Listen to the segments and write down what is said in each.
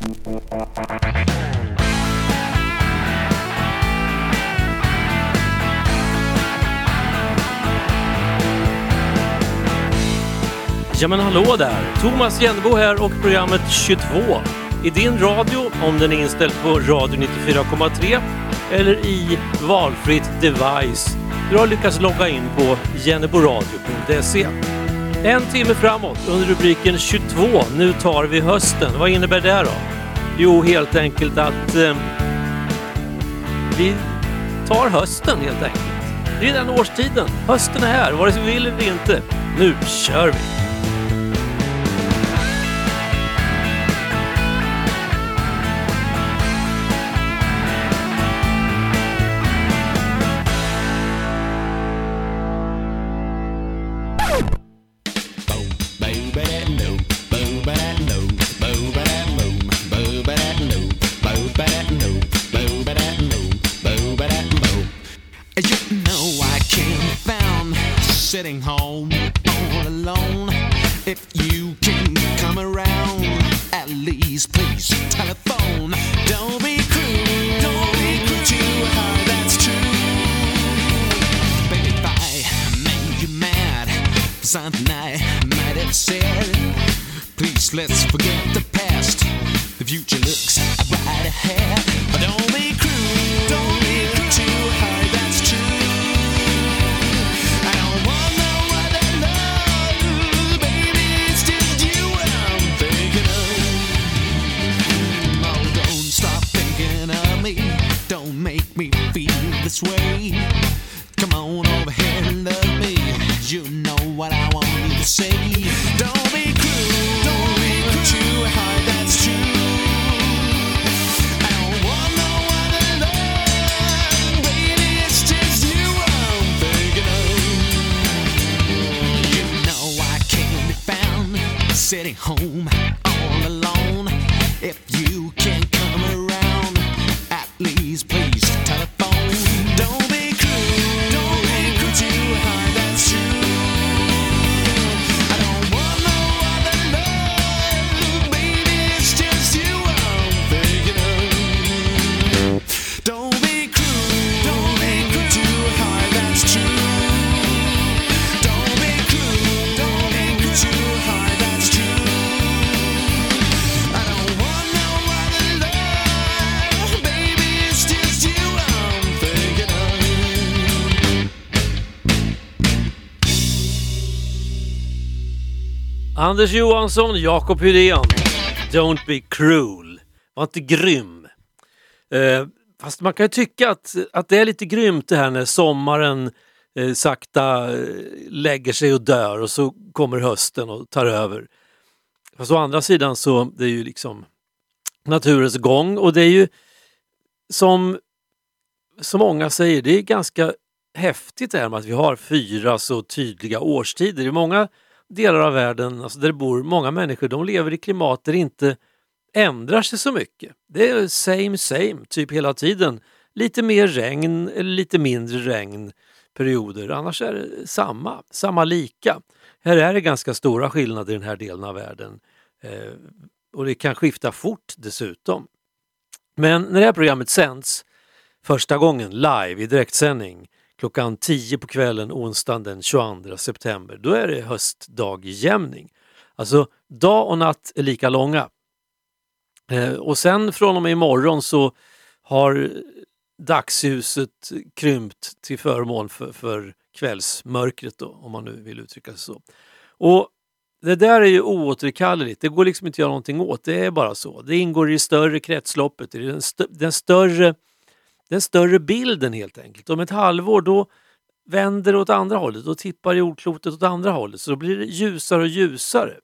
Ja men hallå där, Thomas Jennebo här och programmet 22 i din radio om den är inställd på radio 94,3 eller i valfritt device. Du har lyckats logga in på jenneboradio.se. En timme framåt under rubriken 22, nu tar vi hösten. Vad innebär det då? Jo, helt enkelt att vi tar hösten helt enkelt. Det är den årstiden, hösten är här, vare sig vi vill eller inte. Nu kör vi! Sitting home all alone. If you can come around, at least please telephone. Don't be cruel, don't be cruel to her, that's true. Baby, if I made you mad for something I might have said, please let's forget the past. The future looks right ahead. But don't be cruel, don't be cruel to her, that's true. Don't make me feel this way. Come on over here and love me. You know what I want you to say. Don't be cruel, don't be cruel to her, that's true. I don't want no other love, baby, it's just you I'm thinking of. You know I can't be found sitting home all alone. If you can't come around, please telephone. Don't be cruel to her, that's true. I don't want no other love, baby, it's just you I'm thinking of. Don't be cruel to her, that's true. Don't be cruel to her, that's true. I don't want no other love, baby, it's just you I'm thinking of. Anders Johansson, Jakob Hydén, Don't be cruel. Var inte grym. Fast man kan ju tycka att det är lite grymt det här när sommaren sakta lägger sig och dör och så kommer hösten och tar över. Fast å andra sidan så det är ju liksom naturens gång och det är ju som många säger, det är ganska häftigt det här med att vi har 4 så tydliga årstider. I många delar av världen, alltså där det bor många människor, de lever i klimat där det inte ändrar sig så mycket. Det är same typ hela tiden. Lite mer regn eller lite mindre regnperioder. Annars är det samma lika. Här är det ganska stora skillnader i den här delen av världen. Och det kan skifta fort dessutom. Men när det här programmet sänds första gången live i direktsändning klockan 10 på kvällen onsdagen den 22 september, då är det höstdagjämning. Alltså dag och natt är lika långa. Och sen från och med imorgon så har dagsljuset krympt till förmån för kvällsmörkret då, om man nu vill uttrycka sig så. Och det där är ju oåterkalleligt. Det går liksom inte att göra någonting åt. Det är bara så. Det ingår i det större kretsloppet. Det är den större bilden helt enkelt. Om ett halvår då vänder det åt andra hållet. Då tippar jordklotet åt andra hållet. Så då blir det ljusare och ljusare.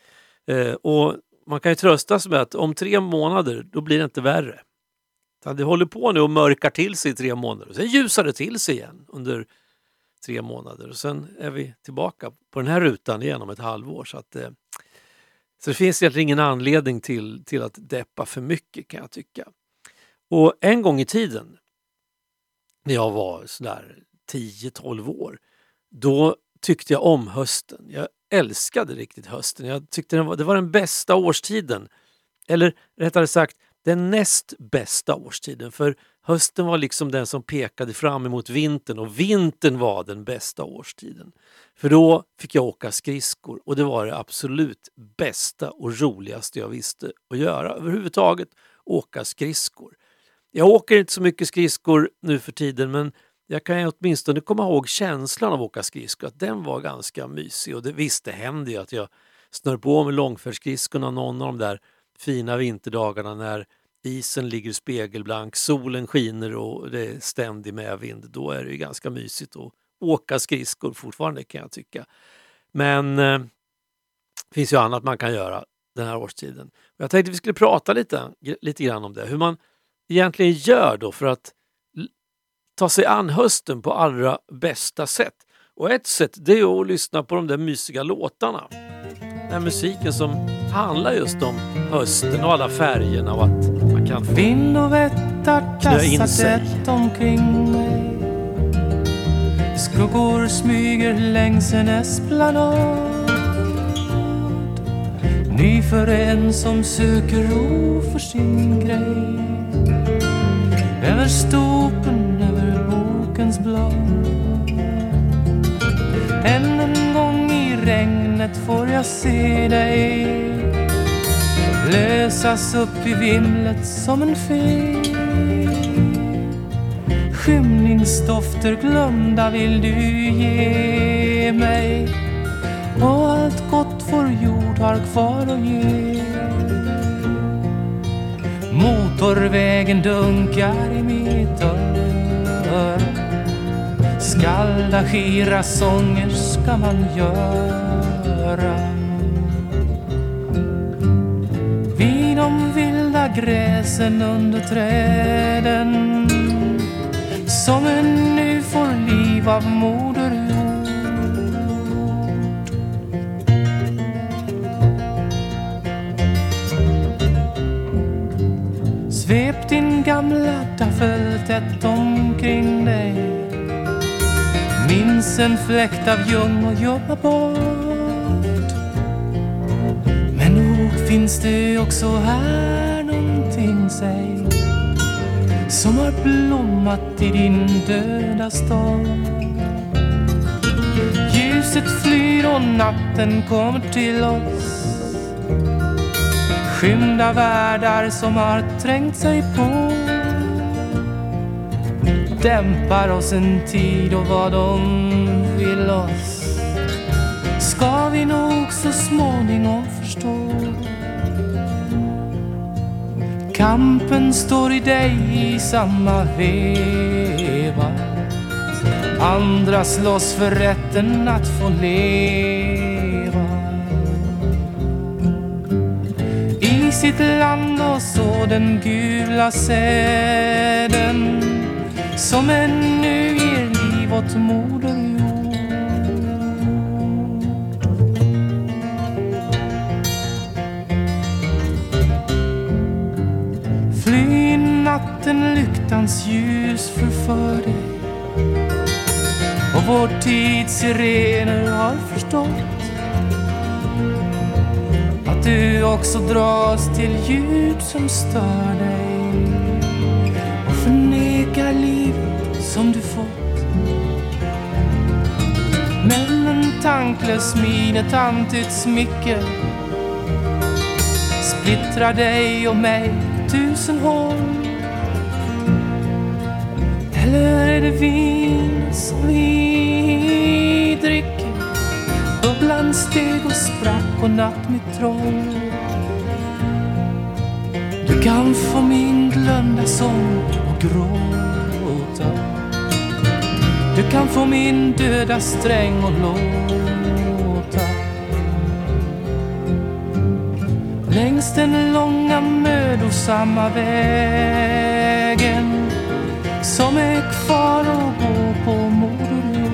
Och man kan ju trösta sig med att om 3 månader då blir det inte värre. Det håller på nu och mörkar till sig i 3 månader. Och sen ljusar det till sig igen under 3 månader. Och sen är vi tillbaka på den här rutan igen om ett halvår. Så det finns egentligen ingen anledning till att deppa för mycket, kan jag tycka. Och en gång i tiden, när jag var sådär 10-12 år, då tyckte jag om hösten. Jag älskade riktigt hösten. Jag tyckte det var den bästa årstiden Eller rättare sagt, den näst bästa årstiden. För hösten var liksom den som pekade fram emot vintern och vintern var den bästa årstiden. För då fick jag åka skridskor och det var det absolut bästa och roligaste jag visste att göra överhuvudtaget, åka skridskor. Jag åker inte så mycket skridskor nu för tiden, men jag kan åtminstone komma ihåg känslan av att åka skridskor, att den var ganska mysig. Och det hände ju att jag snör på med långfärdsskridskorna någon av de där fina vinterdagarna när isen ligger spegelblank, solen skiner och det är ständig medvind. Då är det ju ganska mysigt att åka skridskor fortfarande, kan jag tycka. Men det finns ju annat man kan göra den här årstiden. Och jag tänkte att vi skulle prata lite grann om det. Hur man egentligen gör då för att ta sig an hösten på allra bästa sätt. Och ett sätt, det är att lyssna på de där mysiga låtarna. Den musiken som handlar just om hösten och alla färgerna och att man kan få vind och vättar kastar tätt omkring mig. Skuggor smyger längs en esplanad. Ny för en som söker ro för sin grej. Över stopen, över bokens blad. Än en gång i regnet får jag se dig lösas upp i vimlet som en fe. Skymningsdofter glömda vill du ge mig. Och allt gott vår jord har kvar att ge. Motorvägen dunkar i mitt öra. Skallda skira sånger ska man göra. Vid de vilda gräsen under träden som nu får liv av moder jord. Svep din gamla daffel tätt omkring dig. Minns en fläkt av ljung och jobba bort. Men nog finns det också här någonting, säg, som har blommat i din döda stad. Ljuset flyr och natten kommer till oss. Skymda världar som har trängt sig på. Dämpar oss en tid och vad de vill oss ska vi nog så småningom förstå. Kampen står i dig i samma veva. Andra slåss för rätten att få leva i sitt land och så den gula säden som ännu ger liv åt moder jord. Fly i natten, lyktans ljus förför dig. Och vår tids sirener har förstått att du också dras till ljud som stör dig och förnekar livet som du fått. Men en tanklös min, ett antytt smycke splittrar dig och mig tusen håll. Eller är det vin som vi dricker? Bubblan steg och sprack och natt mitt troll. Du kan få min glömda sång och gråta. Du kan få min döda sträng och låta. Längs den långa mödosamma vägen som är kvar att gå på moder jord.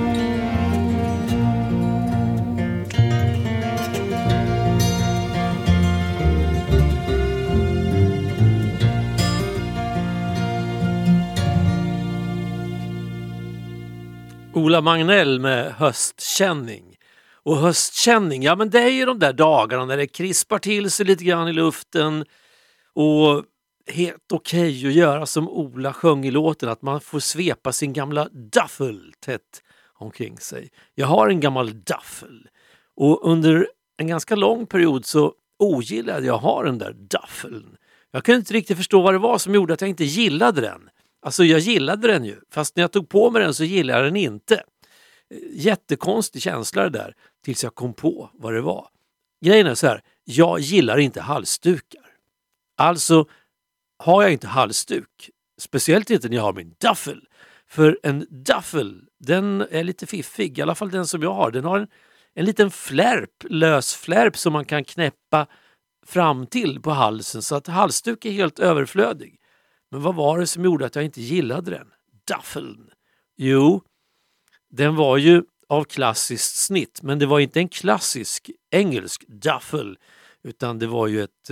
Ola Magnell med höstkänning. Och höstkänning, ja men det är ju de där dagarna när det krispar till sig lite grann i luften. Och helt okej att göra som Ola sjöng i låten, att man får svepa sin gamla duffel tätt omkring sig. Jag har en gammal duffel och under en ganska lång period så ogillade jag att ha den där duffeln. Jag kunde inte riktigt förstå vad det var som gjorde att jag inte gillade den. Alltså jag gillade den ju, fast när jag tog på mig den så gillade jag den inte. Jättekonstig känsla det där, tills jag kom på vad det var. Grejen är så här, jag gillar inte halsdukar. Alltså har jag inte halsduk, speciellt inte när jag har min duffel. För en duffel, den är lite fiffig, i alla fall den som jag har. Den har en liten lös flärp som man kan knäppa fram till på halsen, så att halsduk är helt överflödig. Men vad var det som gjorde att jag inte gillade den? Duffeln. Jo, den var ju av klassiskt snitt, men det var inte en klassisk engelsk duffel, utan det var ju ett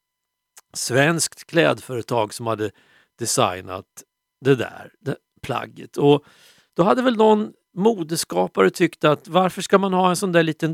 svenskt klädföretag som hade designat det plagget. Och då hade väl någon modeskapare tyckt att varför ska man ha en sån där liten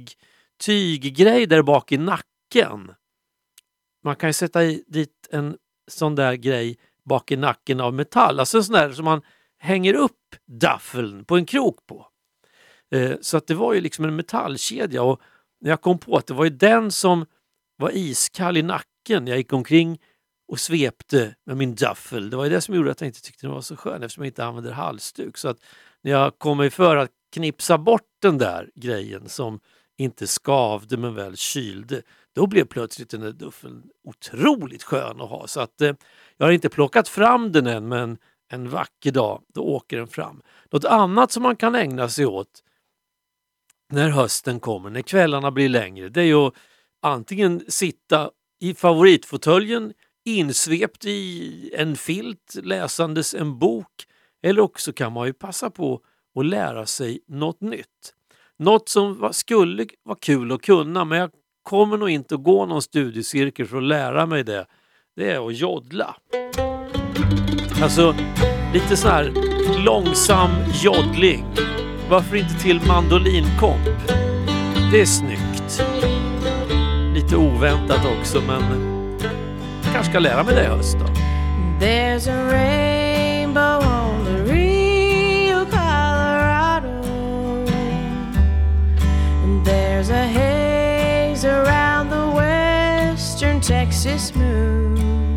tyggrej där bak i nacken? Man kan ju sätta dit en sån där grej bak i nacken av metall. Alltså en sån där som man hänger upp duffeln på en krok på. Så att det var ju liksom en metallkedja, och när jag kom på att det var ju den som var iskall i nacken, jag gick omkring och svepte med min duffel. Det var ju det som gjorde att jag inte tyckte den var så skön, eftersom jag inte använder halsduk. Så att när jag kom mig för att knipsa bort den där grejen som inte skavde men väl kylde, då blev plötsligt den där duffeln otroligt skön att ha. Så att jag har inte plockat fram den än, men en vacker dag då åker den fram. Något annat som man kan ägna sig åt när hösten kommer, när kvällarna blir längre, det är ju att antingen sitta i favoritfåtöljen insvept i en filt läsandes en bok, eller också kan man ju passa på att lära sig något nytt. Något som skulle vara kul att kunna, men jag kommer nog inte att gå någon studiecirkel för att lära mig det. Det är att joddla. Alltså lite så här långsam joddling. Varför inte till mandolinkomp? Det är snyggt. Lite oväntat också, men jag kanske ska lära mig det i höst då. There's a rainbow on the Rio Colorado, and there's a haze around the western Texas moon.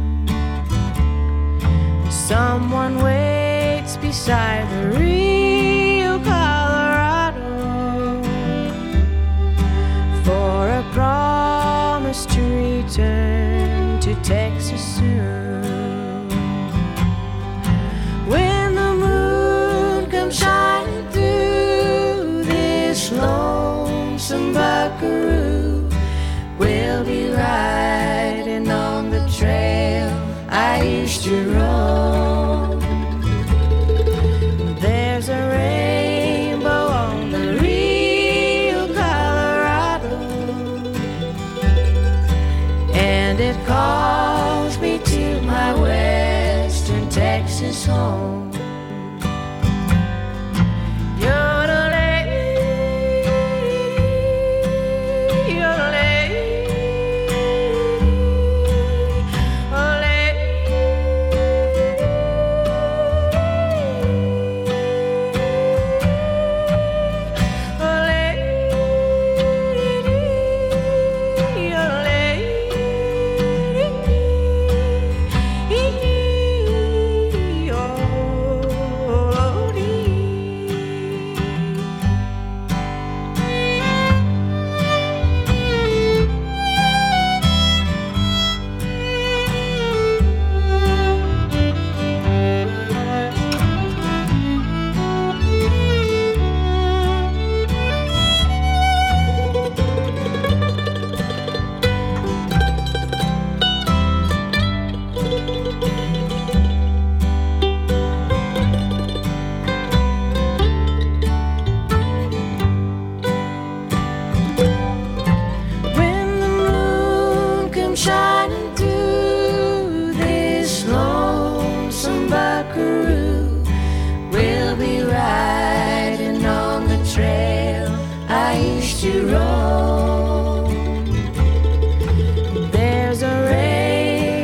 Someone waits beside the Rio Colorado for a promise to return to Texas soon. When the moon comes shining through this lonesome buckaroo, we'll be riding on the trail I used to roam. There's a rainbow on the Rio Colorado, and it calls me to my western Texas home. There's a rain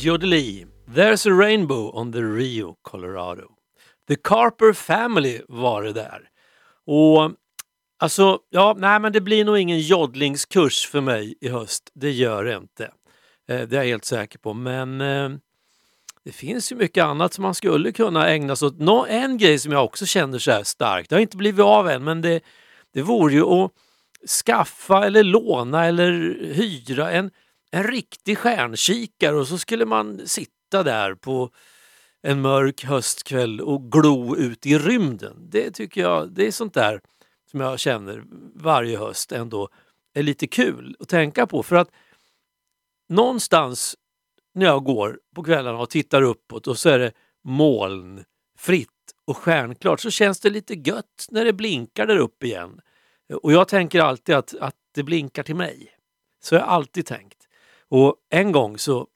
Fiordeli. There's a rainbow on the Rio, Colorado. The Carper Family var det där. Och alltså, ja, nej, men det blir nog ingen joddlingskurs för mig i höst. Det gör det inte. Det är jag helt säker på. Men det finns ju mycket annat som man skulle kunna ägna sig åt. En grej som jag också känner så här starkt. Det har inte blivit av än, men det vore ju att skaffa eller låna eller hyra en riktig stjärnkikare. Och så skulle man sitta där på en mörk höstkväll och glo ut i rymden. Det tycker jag, det är sånt där som jag känner varje höst ändå är lite kul att tänka på. För att någonstans när jag går på kvällarna och tittar uppåt och så är det molnfritt och stjärnklart, så känns det lite gött när det blinkar där uppe igen. Och jag tänker alltid att det blinkar till mig. Så har jag alltid tänkt. Och en gång så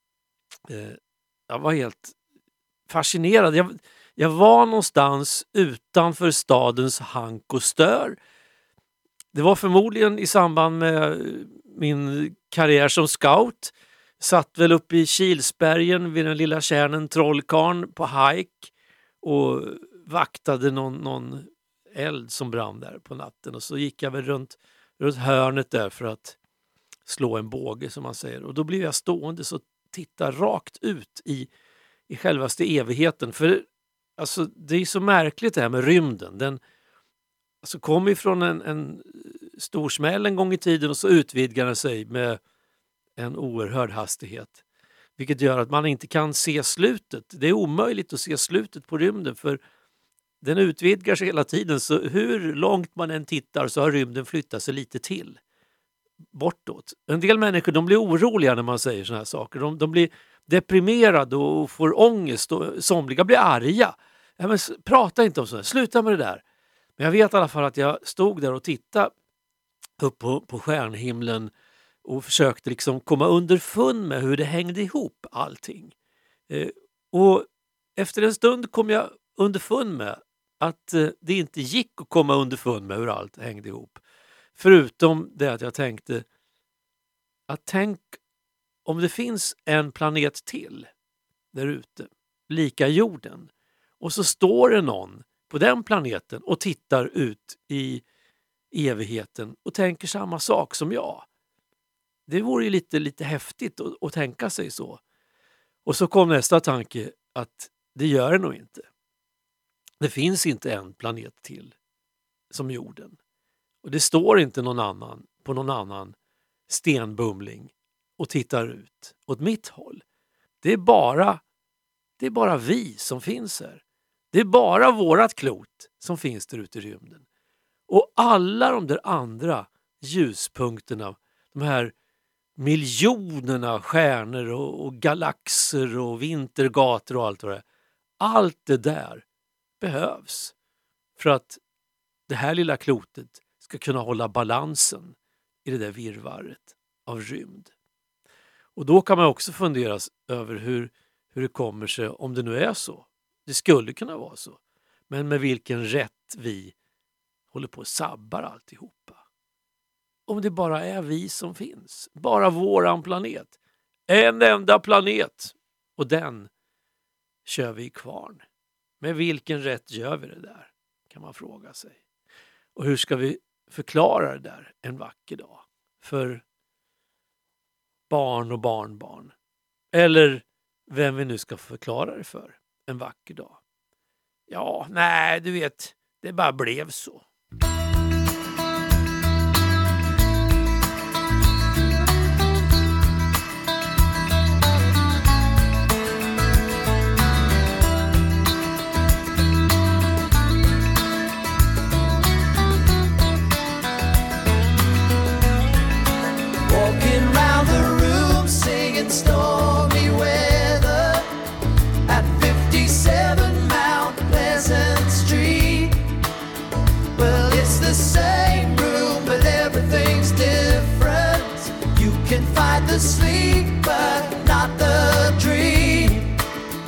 jag var helt fascinerad. Jag var någonstans utanför stadens hank och stör. Det var förmodligen i samband med min karriär som scout. Satt väl uppe i Kilsbergen vid den lilla kärnen Trollkarn på hike och vaktade någon eld som brann där på natten. Och så gick jag väl runt hörnet där för att slå en båge, som man säger. Och då blev jag stående så titta rakt ut i självaste evigheten. För alltså, det är så märkligt det här med rymden. Den alltså, kom ifrån en stor smäll en gång i tiden och så utvidgar den sig med en oerhörd hastighet. Vilket gör att man inte kan se slutet. Det är omöjligt att se slutet på rymden, för den utvidgar sig hela tiden. Så hur långt man än tittar så har rymden flyttat sig lite till. Bortåt. En del människor, de blir oroliga när man säger såna här saker. De blir deprimerade och får ångest. Och somliga blir arga. Ja, men prata inte om sånt. Sluta med det där. Men jag vet i alla fall att jag stod där och tittade upp på stjärnhimlen och försökte liksom komma underfund med hur det hängde ihop allting. Och efter en stund kom jag underfund med att det inte gick att komma underfund med hur allt hängde ihop. Förutom det att jag tänkte att tänk om det finns en planet till där ute, lika jorden. Och så står det någon på den planeten och tittar ut i evigheten och tänker samma sak som jag. Det vore ju lite häftigt att tänka sig så. Och så kom nästa tanke att det gör det nog inte. Det finns inte en planet till som jorden. Och det står inte någon annan på någon annan stenbumling och tittar ut åt mitt håll. Det är bara vi som finns här. Det är bara vårat klot som finns där ute i rymden. Och alla de där andra ljuspunkterna, de här miljonerna stjärnor och galaxer och vintergator och allt vad det är. Allt det där behövs för att det här lilla klotet ska kunna hålla balansen i det där virrvarret av rymd. Och då kan man också fundera över hur det kommer sig, om det nu är så. Det skulle kunna vara så. Men med vilken rätt vi håller på att sabbar alltihopa. Om det bara är vi som finns. Bara våran planet. En enda planet. Och den kör vi i kvarn. Med vilken rätt gör vi det där? Kan man fråga sig. Och hur ska vi förklara det där en vacker dag? För barn och barnbarn. Eller vem vi nu ska förklara det för en vacker dag. Ja, nej, du vet. Det bara blev så. Stormy weather at 57 Mount Pleasant Street. Well, it's the same room, but everything's different. You can fight the sleep, but not the dream.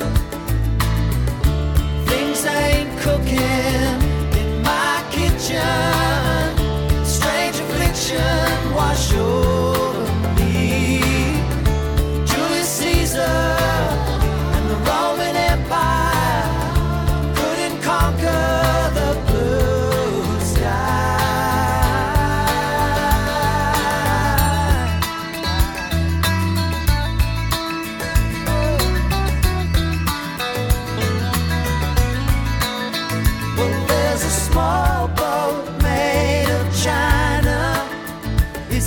Things ain't cooking in my kitchen. Strange affliction wash over me. Caesar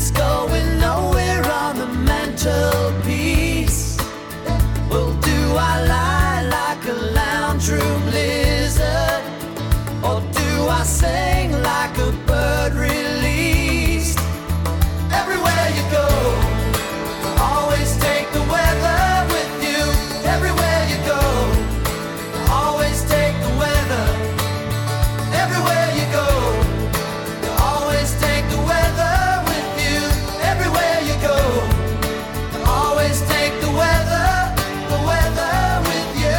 this going nowhere on the mantelpiece? Well, do I lie like a lounge room lizard, or do I sing like a bird released? Everywhere you go, always take the weather with you. Everywhere you go, always take the weather. Everywhere you go, you always take the weather with you. Everywhere you go, you always take the weather with you.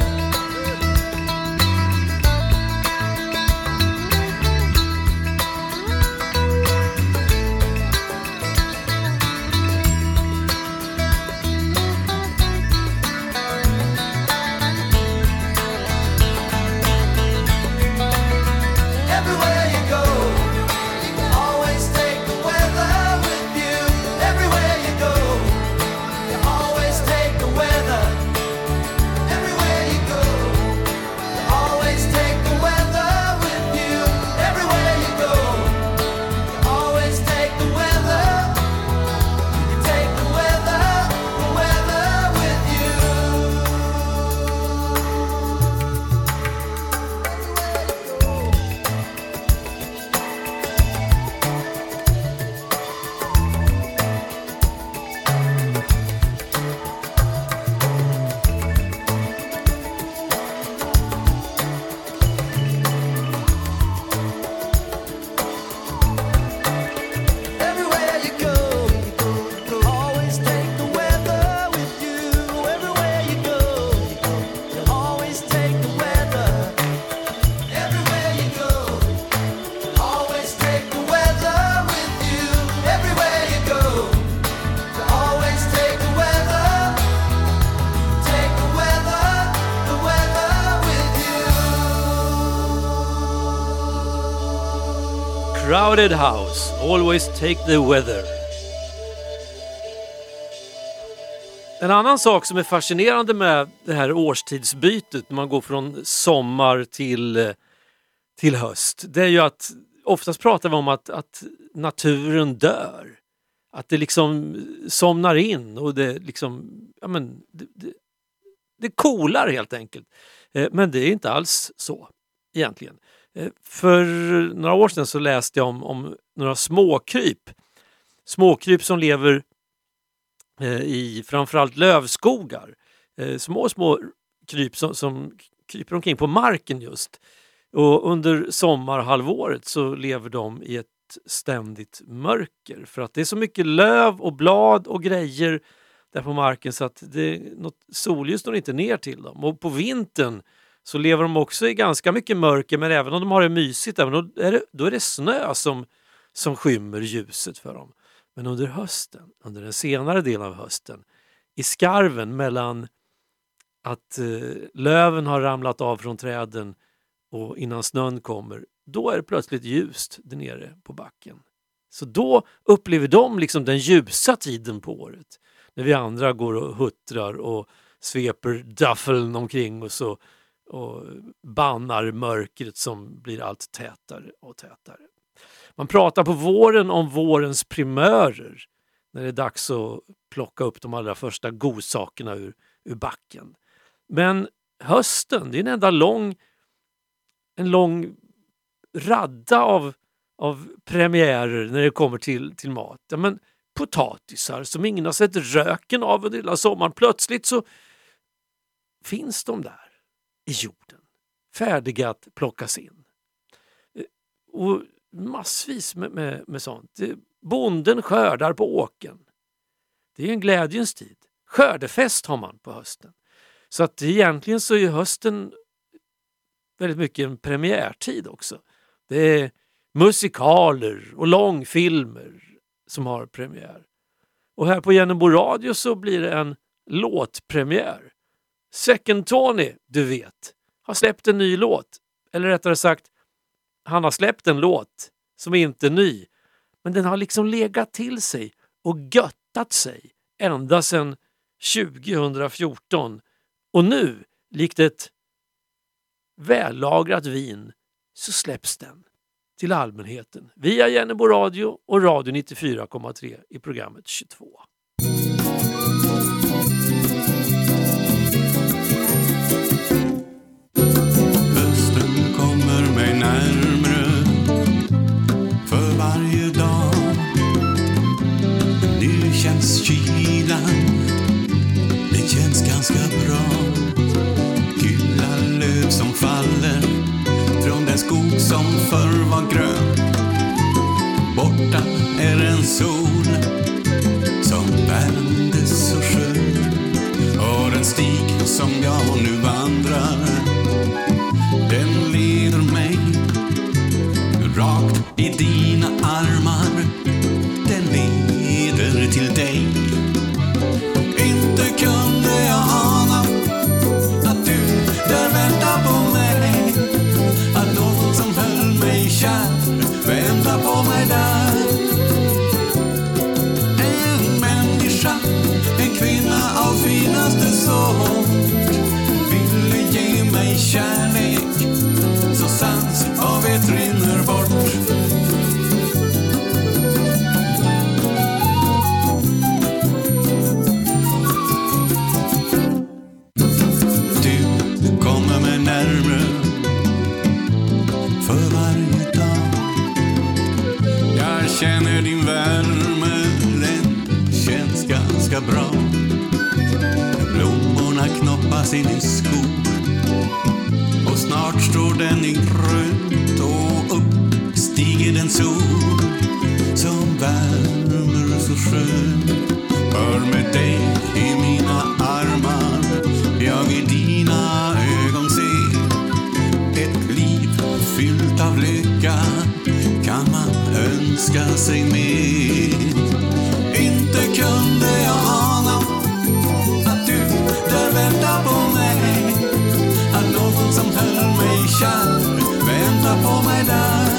Everywhere you go, you always take the weather with you. Everywhere you go, you always take the weather. Everywhere you go, you always take the weather with you. Everywhere you go, you always take the weather. You take the weather with you. Everywhere you go, always take the weather with you. Everywhere you go, always take the weather. Everywhere you go, always take the weather with you. Everywhere you go, always take the weather. Take the weather with you. Crowded House, always take the weather. En annan sak som är fascinerande med det här årstidsbytet när man går från sommar till höst, det är ju att oftast pratar vi om att naturen dör. Att det liksom somnar in och det liksom, ja men, det kolar helt enkelt. Men det är inte alls så egentligen. För några år sedan så läste jag om några småkryp. Småkryp som lever i framförallt lövskogar. Små kryp som kryper omkring på marken just. Och under sommarhalvåret så lever de i ett ständigt mörker. För att det är så mycket löv och blad och grejer där på marken så att något solljus står inte ner till dem. Och på vintern så lever de också i ganska mycket mörker, men även om de har det mysigt, då är det snö som skymmer ljuset för dem. Men under hösten, under den senare delen av hösten, i skarven mellan att löven har ramlat av från träden och innan snön kommer, då är det plötsligt ljust där nere på backen. Så då upplever de liksom den ljusa tiden på året. När vi andra går och huttrar och sveper duffeln omkring och bannar mörkret som blir allt tätare och tätare. Man pratar på våren om vårens primörer när det är dags att plocka upp de allra första godsakerna ur backen. Men hösten, det är en enda lång radda av premiärer när det kommer till mat. Ja, men potatisar som ingen har sett röken av under hela sommaren. Plötsligt så finns de där i jorden, färdiga att plockas in. Och massvis med sånt. Bonden skördar på åken. Det är en glädjens tid. Skördefest har man på hösten. Så att egentligen så är hösten väldigt mycket en premiärtid också. Det är musikaler och långfilmer som har premiär. Och här på Jennebo Radio så blir det en låtpremiär. Second Tony, du vet, har släppt en ny låt. Eller rättare sagt, han har släppt en låt som är inte ny. Men den har liksom legat till sig och göttat sig ända sedan 2014. Och nu, likt ett vällagrat vin, så släpps den till allmänheten via Jennebo Radio och Radio 94,3 i programmet 22. Hösten kommer mig närmare för varje dag. Nu känns kylan, det känns ganska bra. Gula löv som faller från den skog som förr var grön. Borta är en sol som värmdes så skön. Och den stig som jag nu vandrar, den leder mig rakt i dina armar. Den leder till dig. Inte kunde jag ana att du där väntar på mig, att någon som höll mig kär väntar på mig där. En människa, en kvinna av finaste sort, ville ge mig kärlek så sans av ett rinner bort. Du kommer mig närmare för varje dag. Jag känner din värme, den känns ganska bra. Blommorna knoppas in i skog och snart står den i grönt och upp stiger den sol som värmer så skön. För med dig i mina armar, jag i dina ögon ser ett liv fyllt av lycka, kan man önska sig mer. Inte kunde jag ana att du där väntar på mig, att någon som höll mig kär väntar på mig där.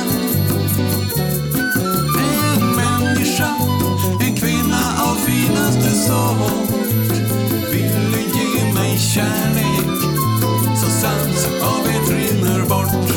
En människa, en kvinna av finaste sort, ville ge mig kärlek så sans av ett rinner bort.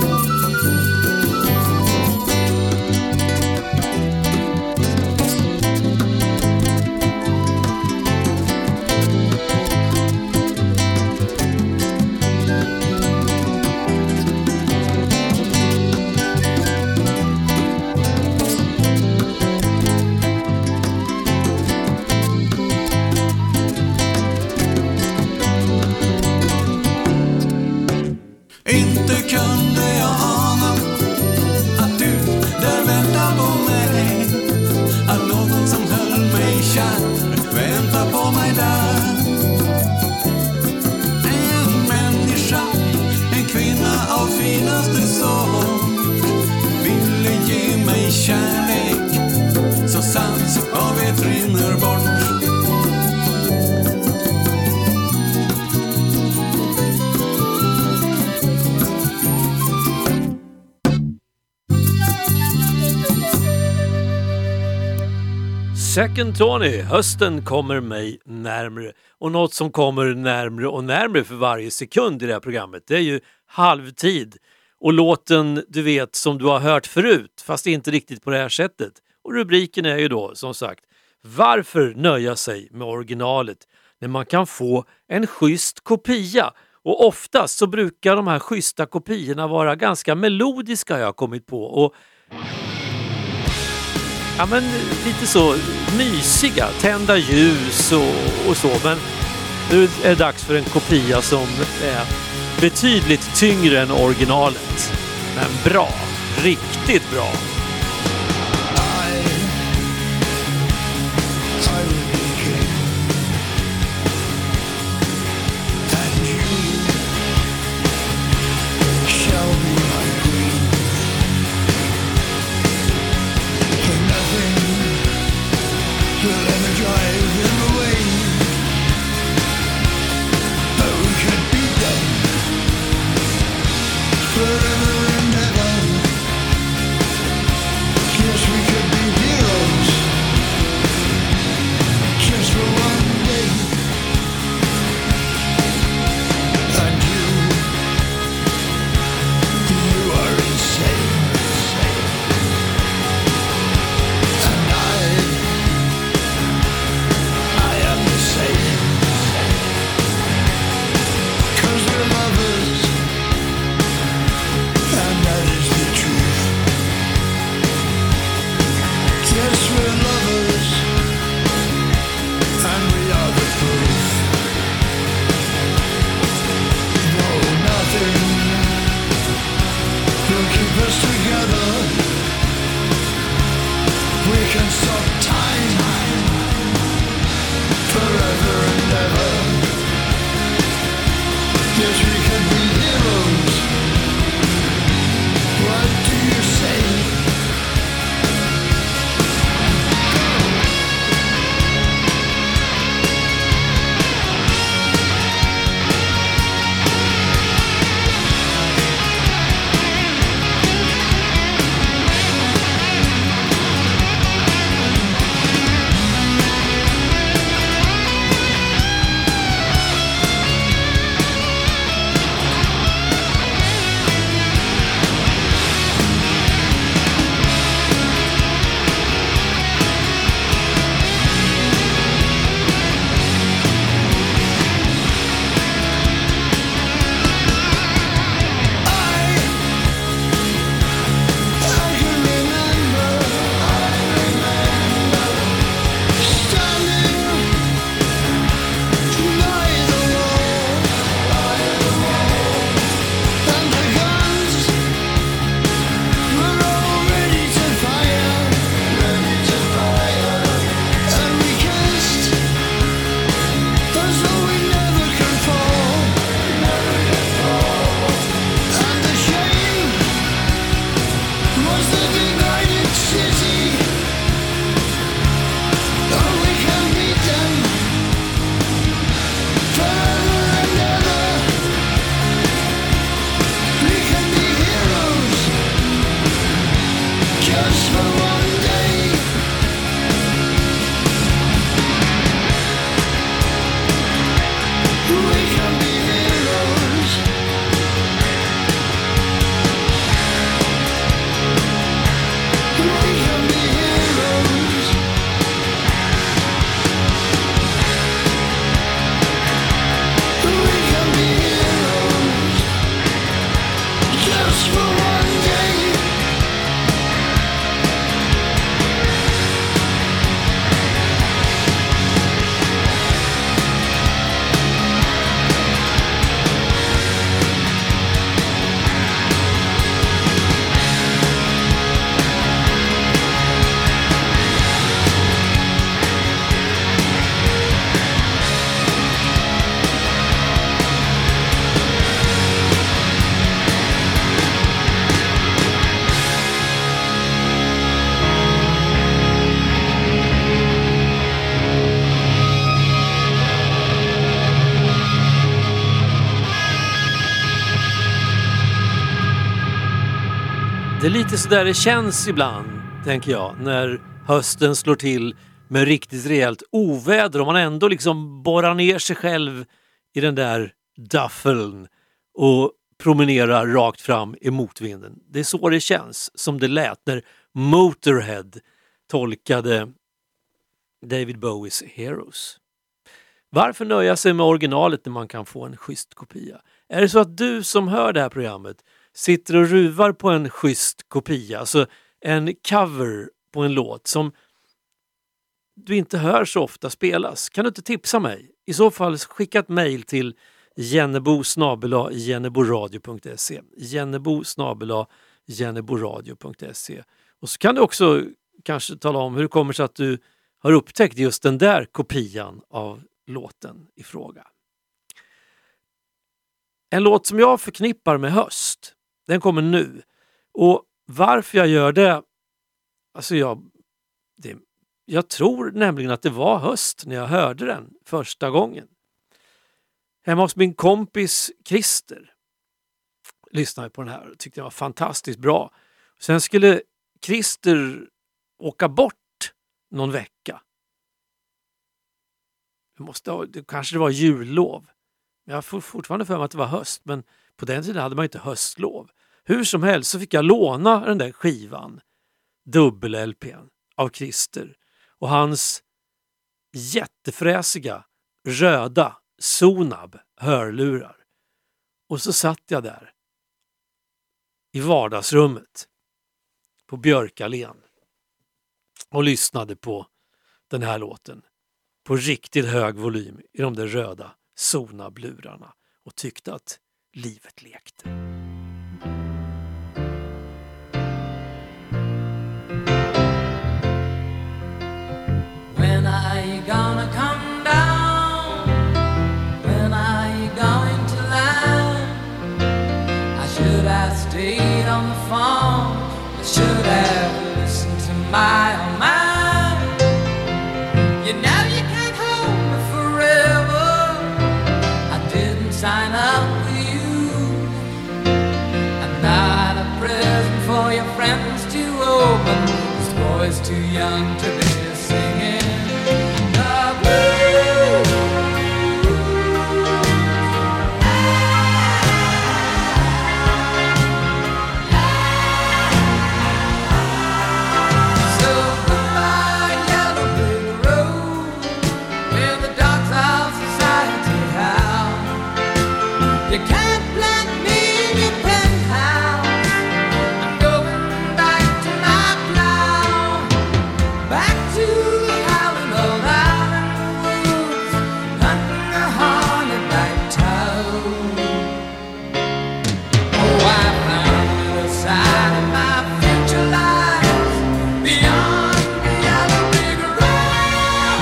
Second Tony, hösten kommer mig närmare. Och något som kommer närmare och närmare för varje sekund i det här programmet, det är ju Halvtid. Och låten, du vet, som du har hört förut, fast inte riktigt på det här sättet. Och rubriken är ju då, som sagt, varför nöja sig med originalet när man kan få en schysst kopia? Och oftast så brukar de här schyssta kopiorna vara ganska melodiska, har jag kommit på. Och ja, men lite så mysiga, tända ljus och så. Men nu är det dags för en kopia som är betydligt tyngre än originalet. Men bra, riktigt bra. Forever and ever. Det är lite så där det känns ibland, tänker jag, när hösten slår till med riktigt rejält oväder och man ändå liksom borrar ner sig själv i den där duffeln och promenerar rakt fram i motvinden. Det är så det känns, som det lät när Motorhead tolkade David Bowies Heroes. Varför nöja sig med originalet när man kan få en schysst kopia? Är det så att du som hör det här programmet sitter och ruvar på en schysst kopia, alltså en cover på en låt som du inte hör så ofta spelas, kan du inte tipsa mig? I så fall skicka ett mejl till jennebo@jenneboradio.se jennebo@jenneboradio.se. Och så kan du också kanske tala om hur det kommer sig att du har upptäckt just den där kopian av låten i fråga. En låt som jag förknippar med höst, den kommer nu. Och varför jag gör det, alltså jag tror nämligen att det var höst när jag hörde den första gången. Hemma hos min kompis Christer lyssnade jag på den här och tyckte den var fantastiskt bra. Sen skulle Christer åka bort någon vecka. Kanske det var jullov. Jag får fortfarande för mig att det var höst, men på den tiden hade man inte höstlov. Hur som helst så fick jag låna den där skivan, dubbel-LPn av Christer och hans jättefräsiga röda Sonab hörlurar. Och så satt jag där i vardagsrummet på Björkallén och lyssnade på den här låten på riktigt hög volym i de där röda Sonab-lurarna och tyckte att livet lekte. When are you gonna come down? When are you going to land? I should have stayed on the phone. I should have listened to my own mind. You know you can't hold me forever. I didn't sign up with you. I'm not a present for your friends to open. This boy's too young to be singing the blues. So goodbye, yellow brick road, where the dogs of society howl. You can't plant me in your penthouse. I'm going back to my plow, back to the howling old island woods, hunting a hornet-like toad. Oh, I found a little side of my future lies beyond the yellow brick road.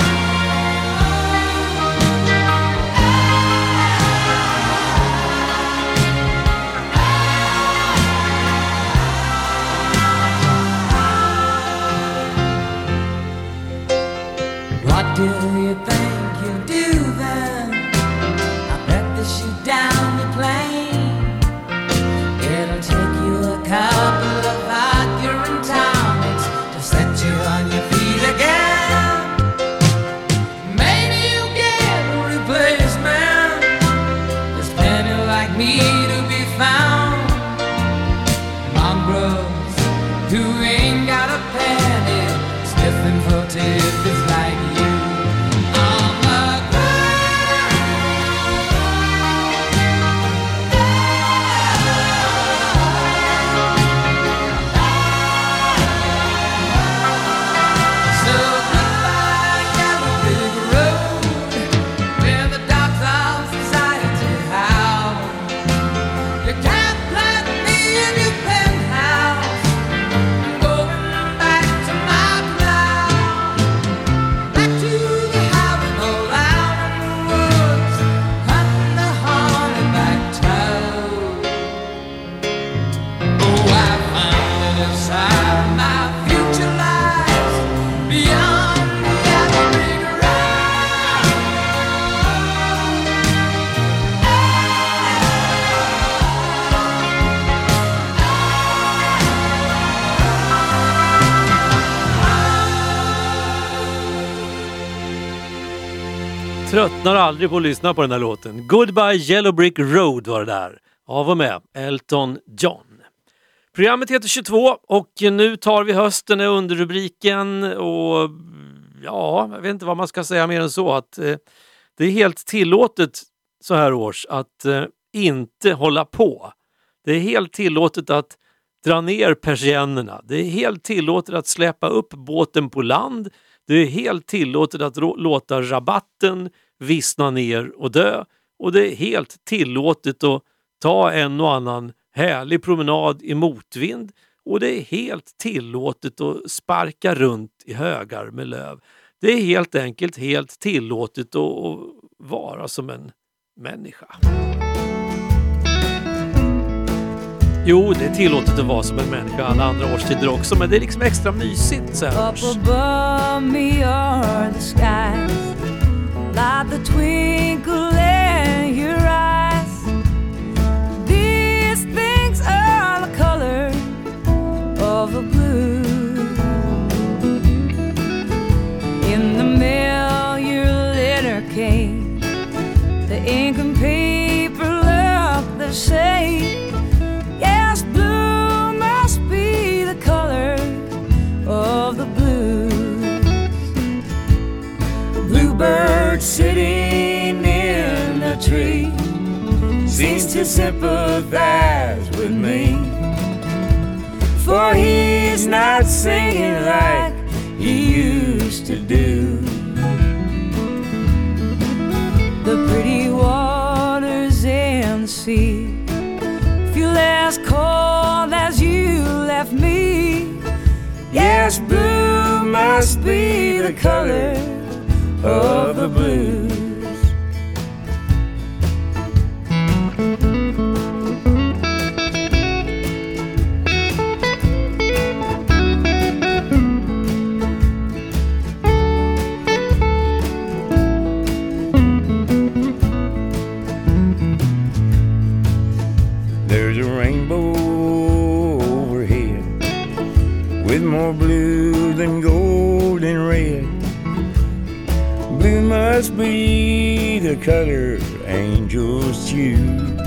What do you think you'll do then? I bet they shoot down the plane. It'll take you a couple of Vodka tonics to set you on your feet again. Maybe you'll get a replacement. There's plenty like me to be found. Mongrels who ain't got a penny, sniffing for tidbits like you. On the ground. So goodbye, yellow brick road, where the dogs of society howl. You can't plant me in your penthouse. I'm going back to my plow, Tröttnar aldrig på att lyssna på den här låten. Goodbye Yellow Brick Road var det där. Av och med Elton John. Programmet heter 22 och nu tar vi hösten under rubriken och ja, jag vet inte vad man ska säga mer än så. Att det är helt tillåtet så här års att inte hålla på. Det är helt tillåtet att dra ner persiennerna. Det är helt tillåtet att släppa upp båten på land. Det är helt tillåtet att låta rabatten vissna ner och dö. Och det är helt tillåtet att ta en och annan härlig promenad i motvind. Och det är helt tillåtet att sparka runt i högar med löv. Det är helt enkelt helt tillåtet att vara som en människa. Jo, det är tillåtet att vara som en människa alla andra årstider också, men det är liksom extra mysigt så här. Up above me are the skies, like the twinkle in your eyes. These things are the color of the blue. In the mail your letter came, the ink and paper look the same. Yes, blue must be the color of the blues. Bluebird sitting in a tree seems to sympathize with me, for he's not singing like he used to do. The pretty waters and the sea feel as cold as you left me. Yes, blue must be the color of the blues. There's a rainbow overhead with more blue than gold and red. Blue must be the color angels choose.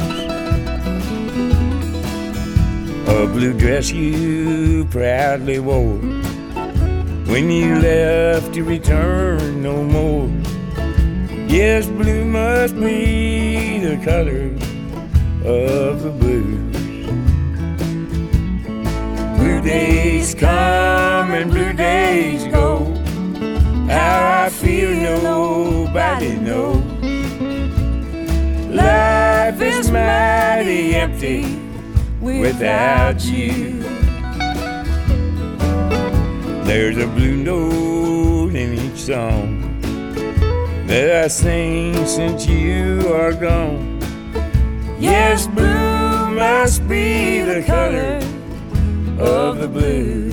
A blue dress you proudly wore when you left to return no more. Yes, blue must be the color of the blues. Blue days come and blue days go. How I feel nobody knows. Life is mighty empty without you. There's a blue note in each song that I sing since you are gone. Yes, blue must be the color of the blues.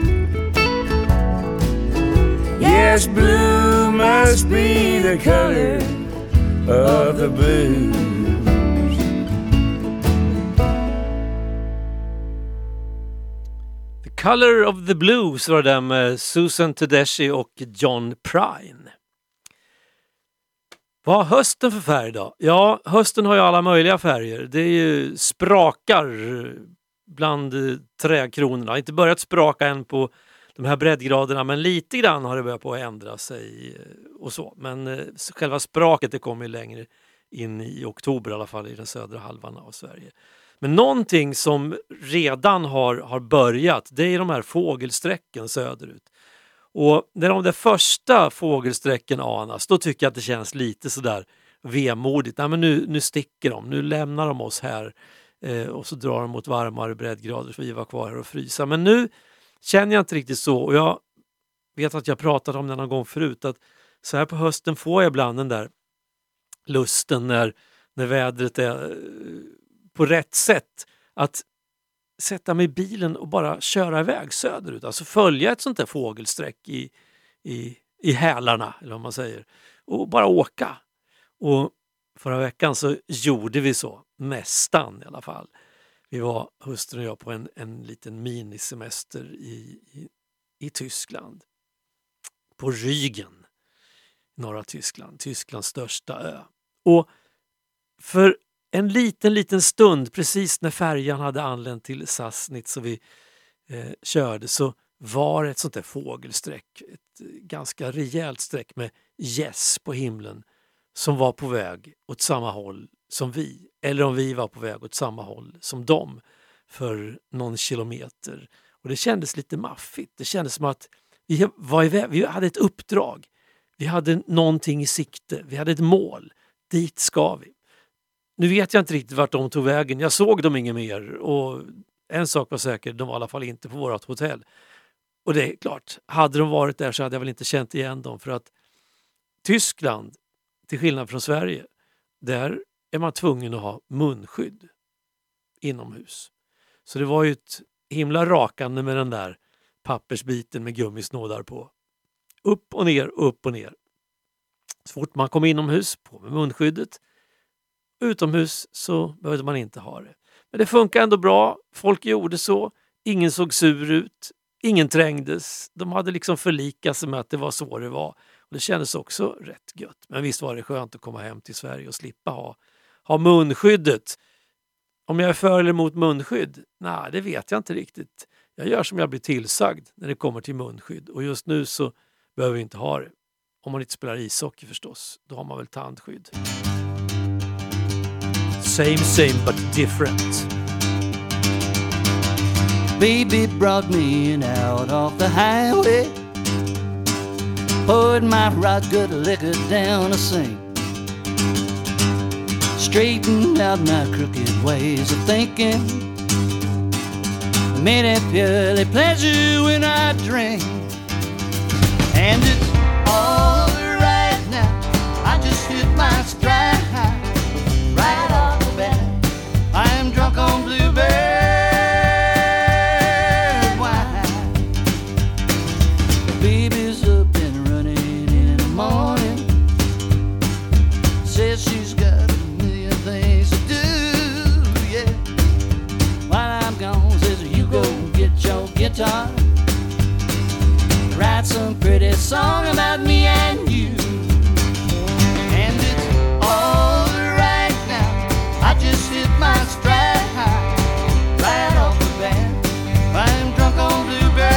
Yes, blue must be the color of the blues. The Color of the Blues var det med Susan Tedeschi och John Prine. Vad har hösten för färg då? Ja, hösten har ju alla möjliga färger. Det är ju sprakar bland trädkronorna. Inte börjat spraka än på de här breddgraderna, men lite grann har det börjat på att ändra sig och så. Men själva spraket det kommer längre in i oktober i alla fall i den södra halvan av Sverige. Men någonting som redan har börjat, det är de här fågelsträcken söderut. Och när de där första fågelsträcken anas, då tycker jag att det känns lite sådär vemodigt. Nej, men nu sticker de, nu lämnar de oss här och så drar de mot varmare breddgrader så vi var kvar här och frysa. Men nu känner jag inte riktigt så, och jag vet att jag pratat om det någon gång förut, att så här på hösten får jag ibland den där lusten när vädret är på rätt sätt att sätta mig i bilen och bara köra iväg söderut. Alltså följa ett sånt där fågelsträck i hälarna, eller vad man säger. Och bara åka. Och förra veckan så gjorde vi så. Nästan i alla fall. Vi var, hustrun och jag, på en liten minisemester i Tyskland. På Rügen. norra Tyskland, Tysklands största ö. Och för en liten stund, precis när färjan hade anlänt till Sassnitz och vi körde, så var ett sånt där fågelsträck, ett ganska rejält streck med gäss på himlen som var på väg åt samma håll som vi, eller om vi var på väg åt samma håll som dem för någon kilometer. Och det kändes lite maffigt. Det kändes som att vi hade ett uppdrag. Vi hade någonting i sikte. Vi hade ett mål. Dit ska vi. Nu vet jag inte riktigt vart de tog vägen. Jag såg dem inget mer. Och en sak var säker, de var i alla fall inte på vårt hotell. Och det är klart, hade de varit där så hade jag väl inte känt igen dem. För att Tyskland, till skillnad från Sverige, där är man tvungen att ha munskydd inomhus. Så det var ju ett himla rakande med den där pappersbiten med gummisnådar på. Upp och ner, upp och ner. Så fort man kom inomhus, på med munskyddet. Utomhus så behövde man inte ha det. Men det funkar ändå bra. Folk gjorde så. Ingen såg sur ut. Ingen trängdes. De hade liksom förlikat sig med att det var så det var. Och det kändes också rätt gött. Men visst var det skönt att komma hem till Sverige och slippa ha munskyddet. Om jag är för eller emot munskydd? Nej, det vet jag inte riktigt. Jag gör som jag blir tillsagd när det kommer till munskydd. Och just nu så behöver vi inte ha det. Om man inte spelar ishockey förstås. Då har man väl tandskydd. Same but different. Baby brought me in out off the highway, poured my right good liquor down a sink, straightened out my crooked ways of thinking, made it purely pleasure when I drink. And it's all right now, I just hit my stride right off the bat. I'm drunk on blueberry guitar, write some pretty song about me and you. And it's all right now, I just hit my stride right off the bat. I'm drunk on blueberry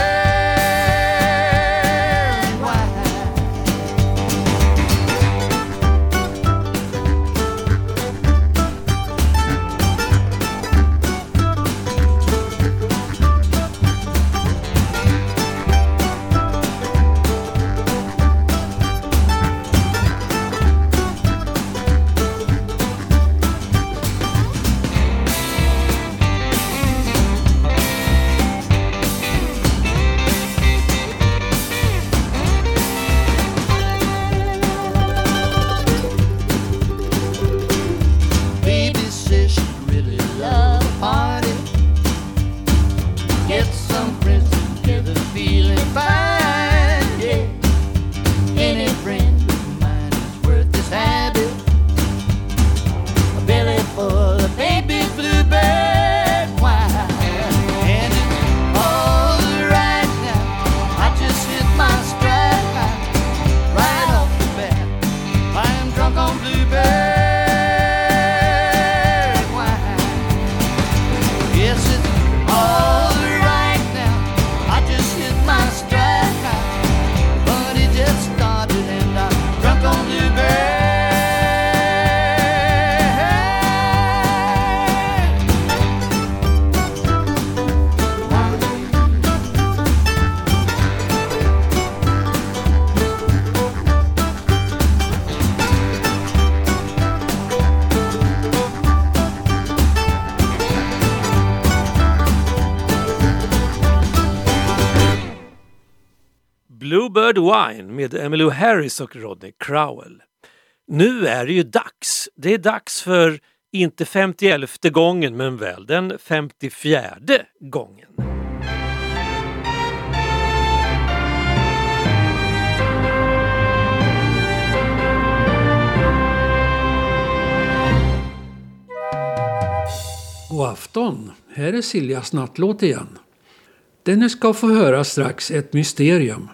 Bluebird Wine med Emmylou Harris och Rodney Crowell. Nu är det ju dags. Det är dags för inte 51:e gången men väl den 54:e gången. God afton, här är Siljas nattlåt igen. Den ska få höra strax ett mysterium.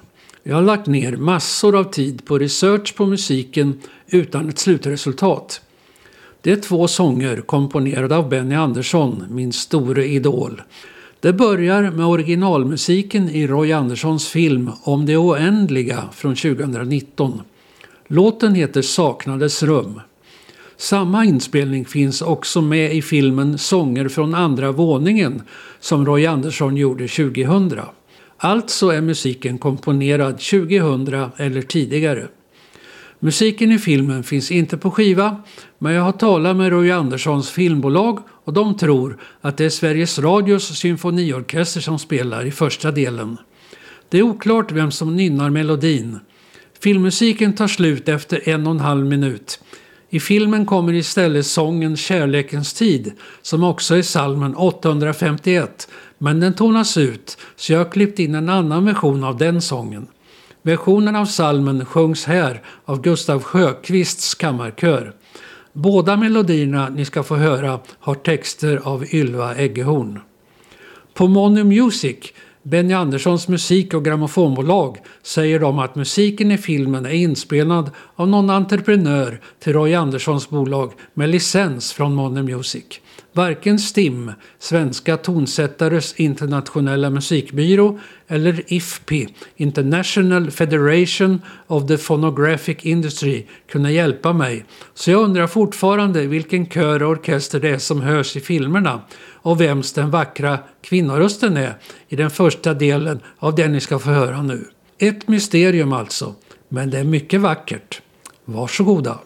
Jag har lagt ner massor av tid på research på musiken utan ett slutresultat. Det är 2 sånger komponerade av Benny Andersson, min store idol. Det börjar med originalmusiken i Roy Anderssons film Om det oändliga från 2019. Låten heter Saknades rum. Samma inspelning finns också med i filmen Sånger från andra våningen som Roy Andersson gjorde 2000. Alltså är musiken komponerad 2000 eller tidigare. Musiken i filmen finns inte på skiva, men jag har talat med Roy Anderssons filmbolag och de tror att det är Sveriges Radios symfoniorkester som spelar i första delen. Det är oklart vem som nynnar melodin. Filmmusiken tar slut efter 1,5 minut. I filmen kommer istället sången Kärlekens tid, som också är psalmen 851, men den tonas ut så jag har klippt in en annan version av den sången. Versionen av psalmen sjungs här av Gustav Sjöqvists kammarkör. Båda melodierna ni ska få höra har texter av Ylva Eggehorn. På Mono Music, Benny Anderssons musik- och grammofonbolag, säger de att musiken i filmen är inspelad av någon entreprenör till Roy Anderssons bolag med licens från Mono Music. Varken STIM, Svenska tonsättares internationella musikbyrå, eller IFPI, International Federation of the Phonographic Industry, kunde hjälpa mig. Så jag undrar fortfarande vilken kör och orkester det är som hörs i filmerna och vems den vackra kvinnorösten är i den första delen av den ni ska få höra nu. Ett mysterium alltså, men det är mycket vackert. Varsågoda.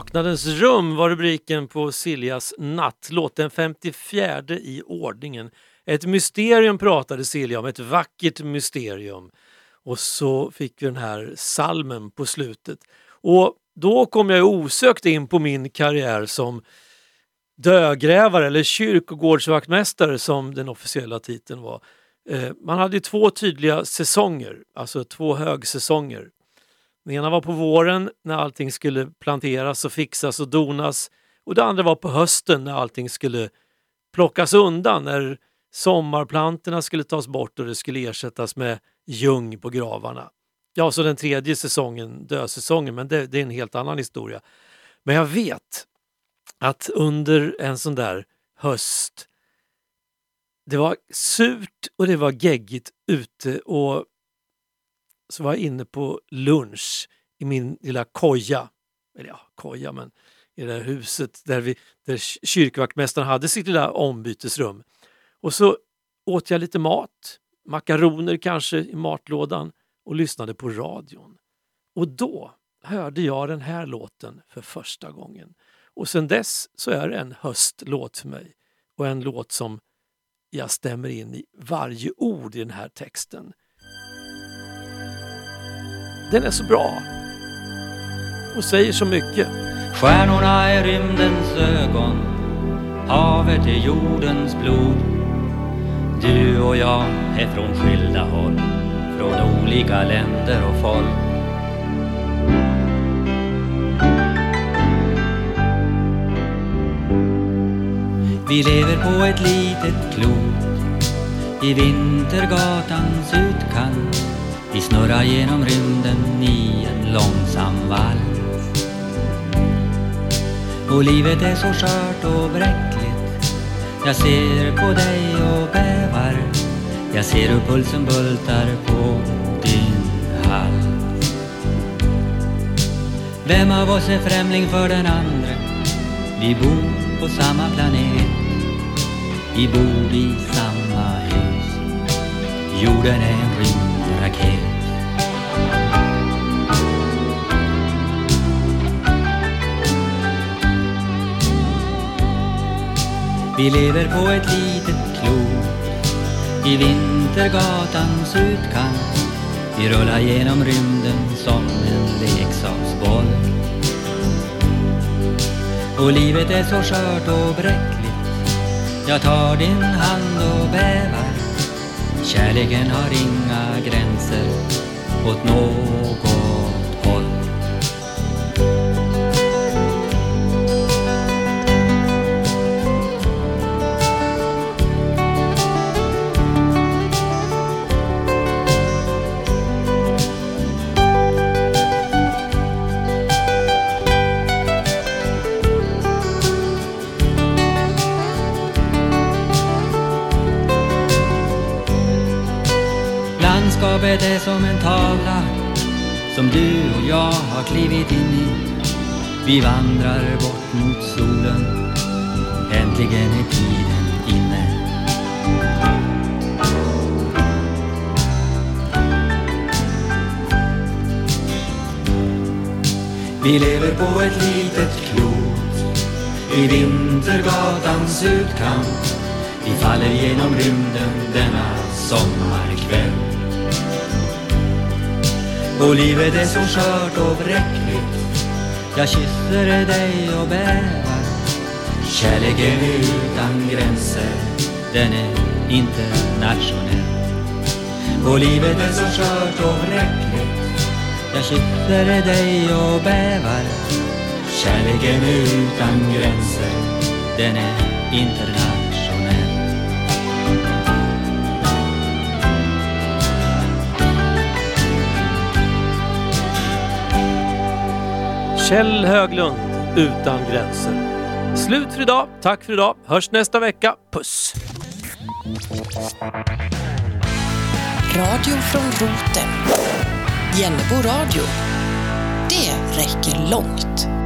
Saknadens rum var rubriken på Siljas natt. Låten 54 i ordningen. Ett mysterium pratade Silja om, ett vackert mysterium. Och så fick vi den här salmen på slutet. Och då kom jag osökt in på min karriär som dödgrävare eller kyrkogårdsvaktmästare som den officiella titeln var. Man hade 2 tydliga säsonger, alltså 2 högsäsonger. Den ena var på våren när allting skulle planteras och fixas och donas. Och det andra var på hösten när allting skulle plockas undan. När sommarplantorna skulle tas bort och det skulle ersättas med ljung på gravarna. Ja, så den tredje säsongen, dödsäsongen, men det är en helt annan historia. Men jag vet att under en sån där höst, det var surt och det var geggigt ute, och så var jag inne på lunch i min lilla koja. Eller ja, koja, men i det där huset där kyrkvaktmästaren hade sitt lilla ombytesrum. Och så åt jag lite mat, makaroner kanske i matlådan, och lyssnade på radion. Och då hörde jag den här låten för första gången. Och sen dess så är det en höstlåt för mig. Och en låt som jag stämmer in i varje ord i den här texten. Den är så bra och säger så mycket. Stjärnorna är rymdens ögon, havet är jordens blod. Du och jag är från skilda håll, från olika länder och folk. Vi lever på ett litet klot i Vintergatans utkant. Vi snurrar genom rymden i en långsam vals. Och livet är så skört och bräckligt. Jag ser på dig och bävar. Jag ser hur pulsen bultar på din hals. Vem av oss är främling för den andra? Vi bor på samma planet. Vi bor i samma hus. Jorden är en rymdraket. Vi lever på ett litet klot i Vintergatans utkant. Vi rullar genom rymden som en leksaksboll. Och livet är så skört och bräckligt. Jag tar din hand och bävar. Kärleken har inga gränser åt något håll. Landskapet är som en tavla som du och jag har klivit in i. Vi vandrar bort mot solen. Äntligen är tiden inne. Vi lever på ett litet klot i Vintergatans utkant. Vi faller genom rymden denna sommarkväll. Och livet är så skört och bräckligt. Jag kysser dig och bävar. Kärleken är utan gränser. Den är internationell. Och livet är så skört och bräckligt. Jag kysser dig och bävar. Kärleken är utan gränser. Den är internationell. Kjell Höglund, Utan gränser. Slut för idag. Tack för idag. Hörs nästa vecka. Puss! Radio från roten. Jennebo radio. Det räcker långt.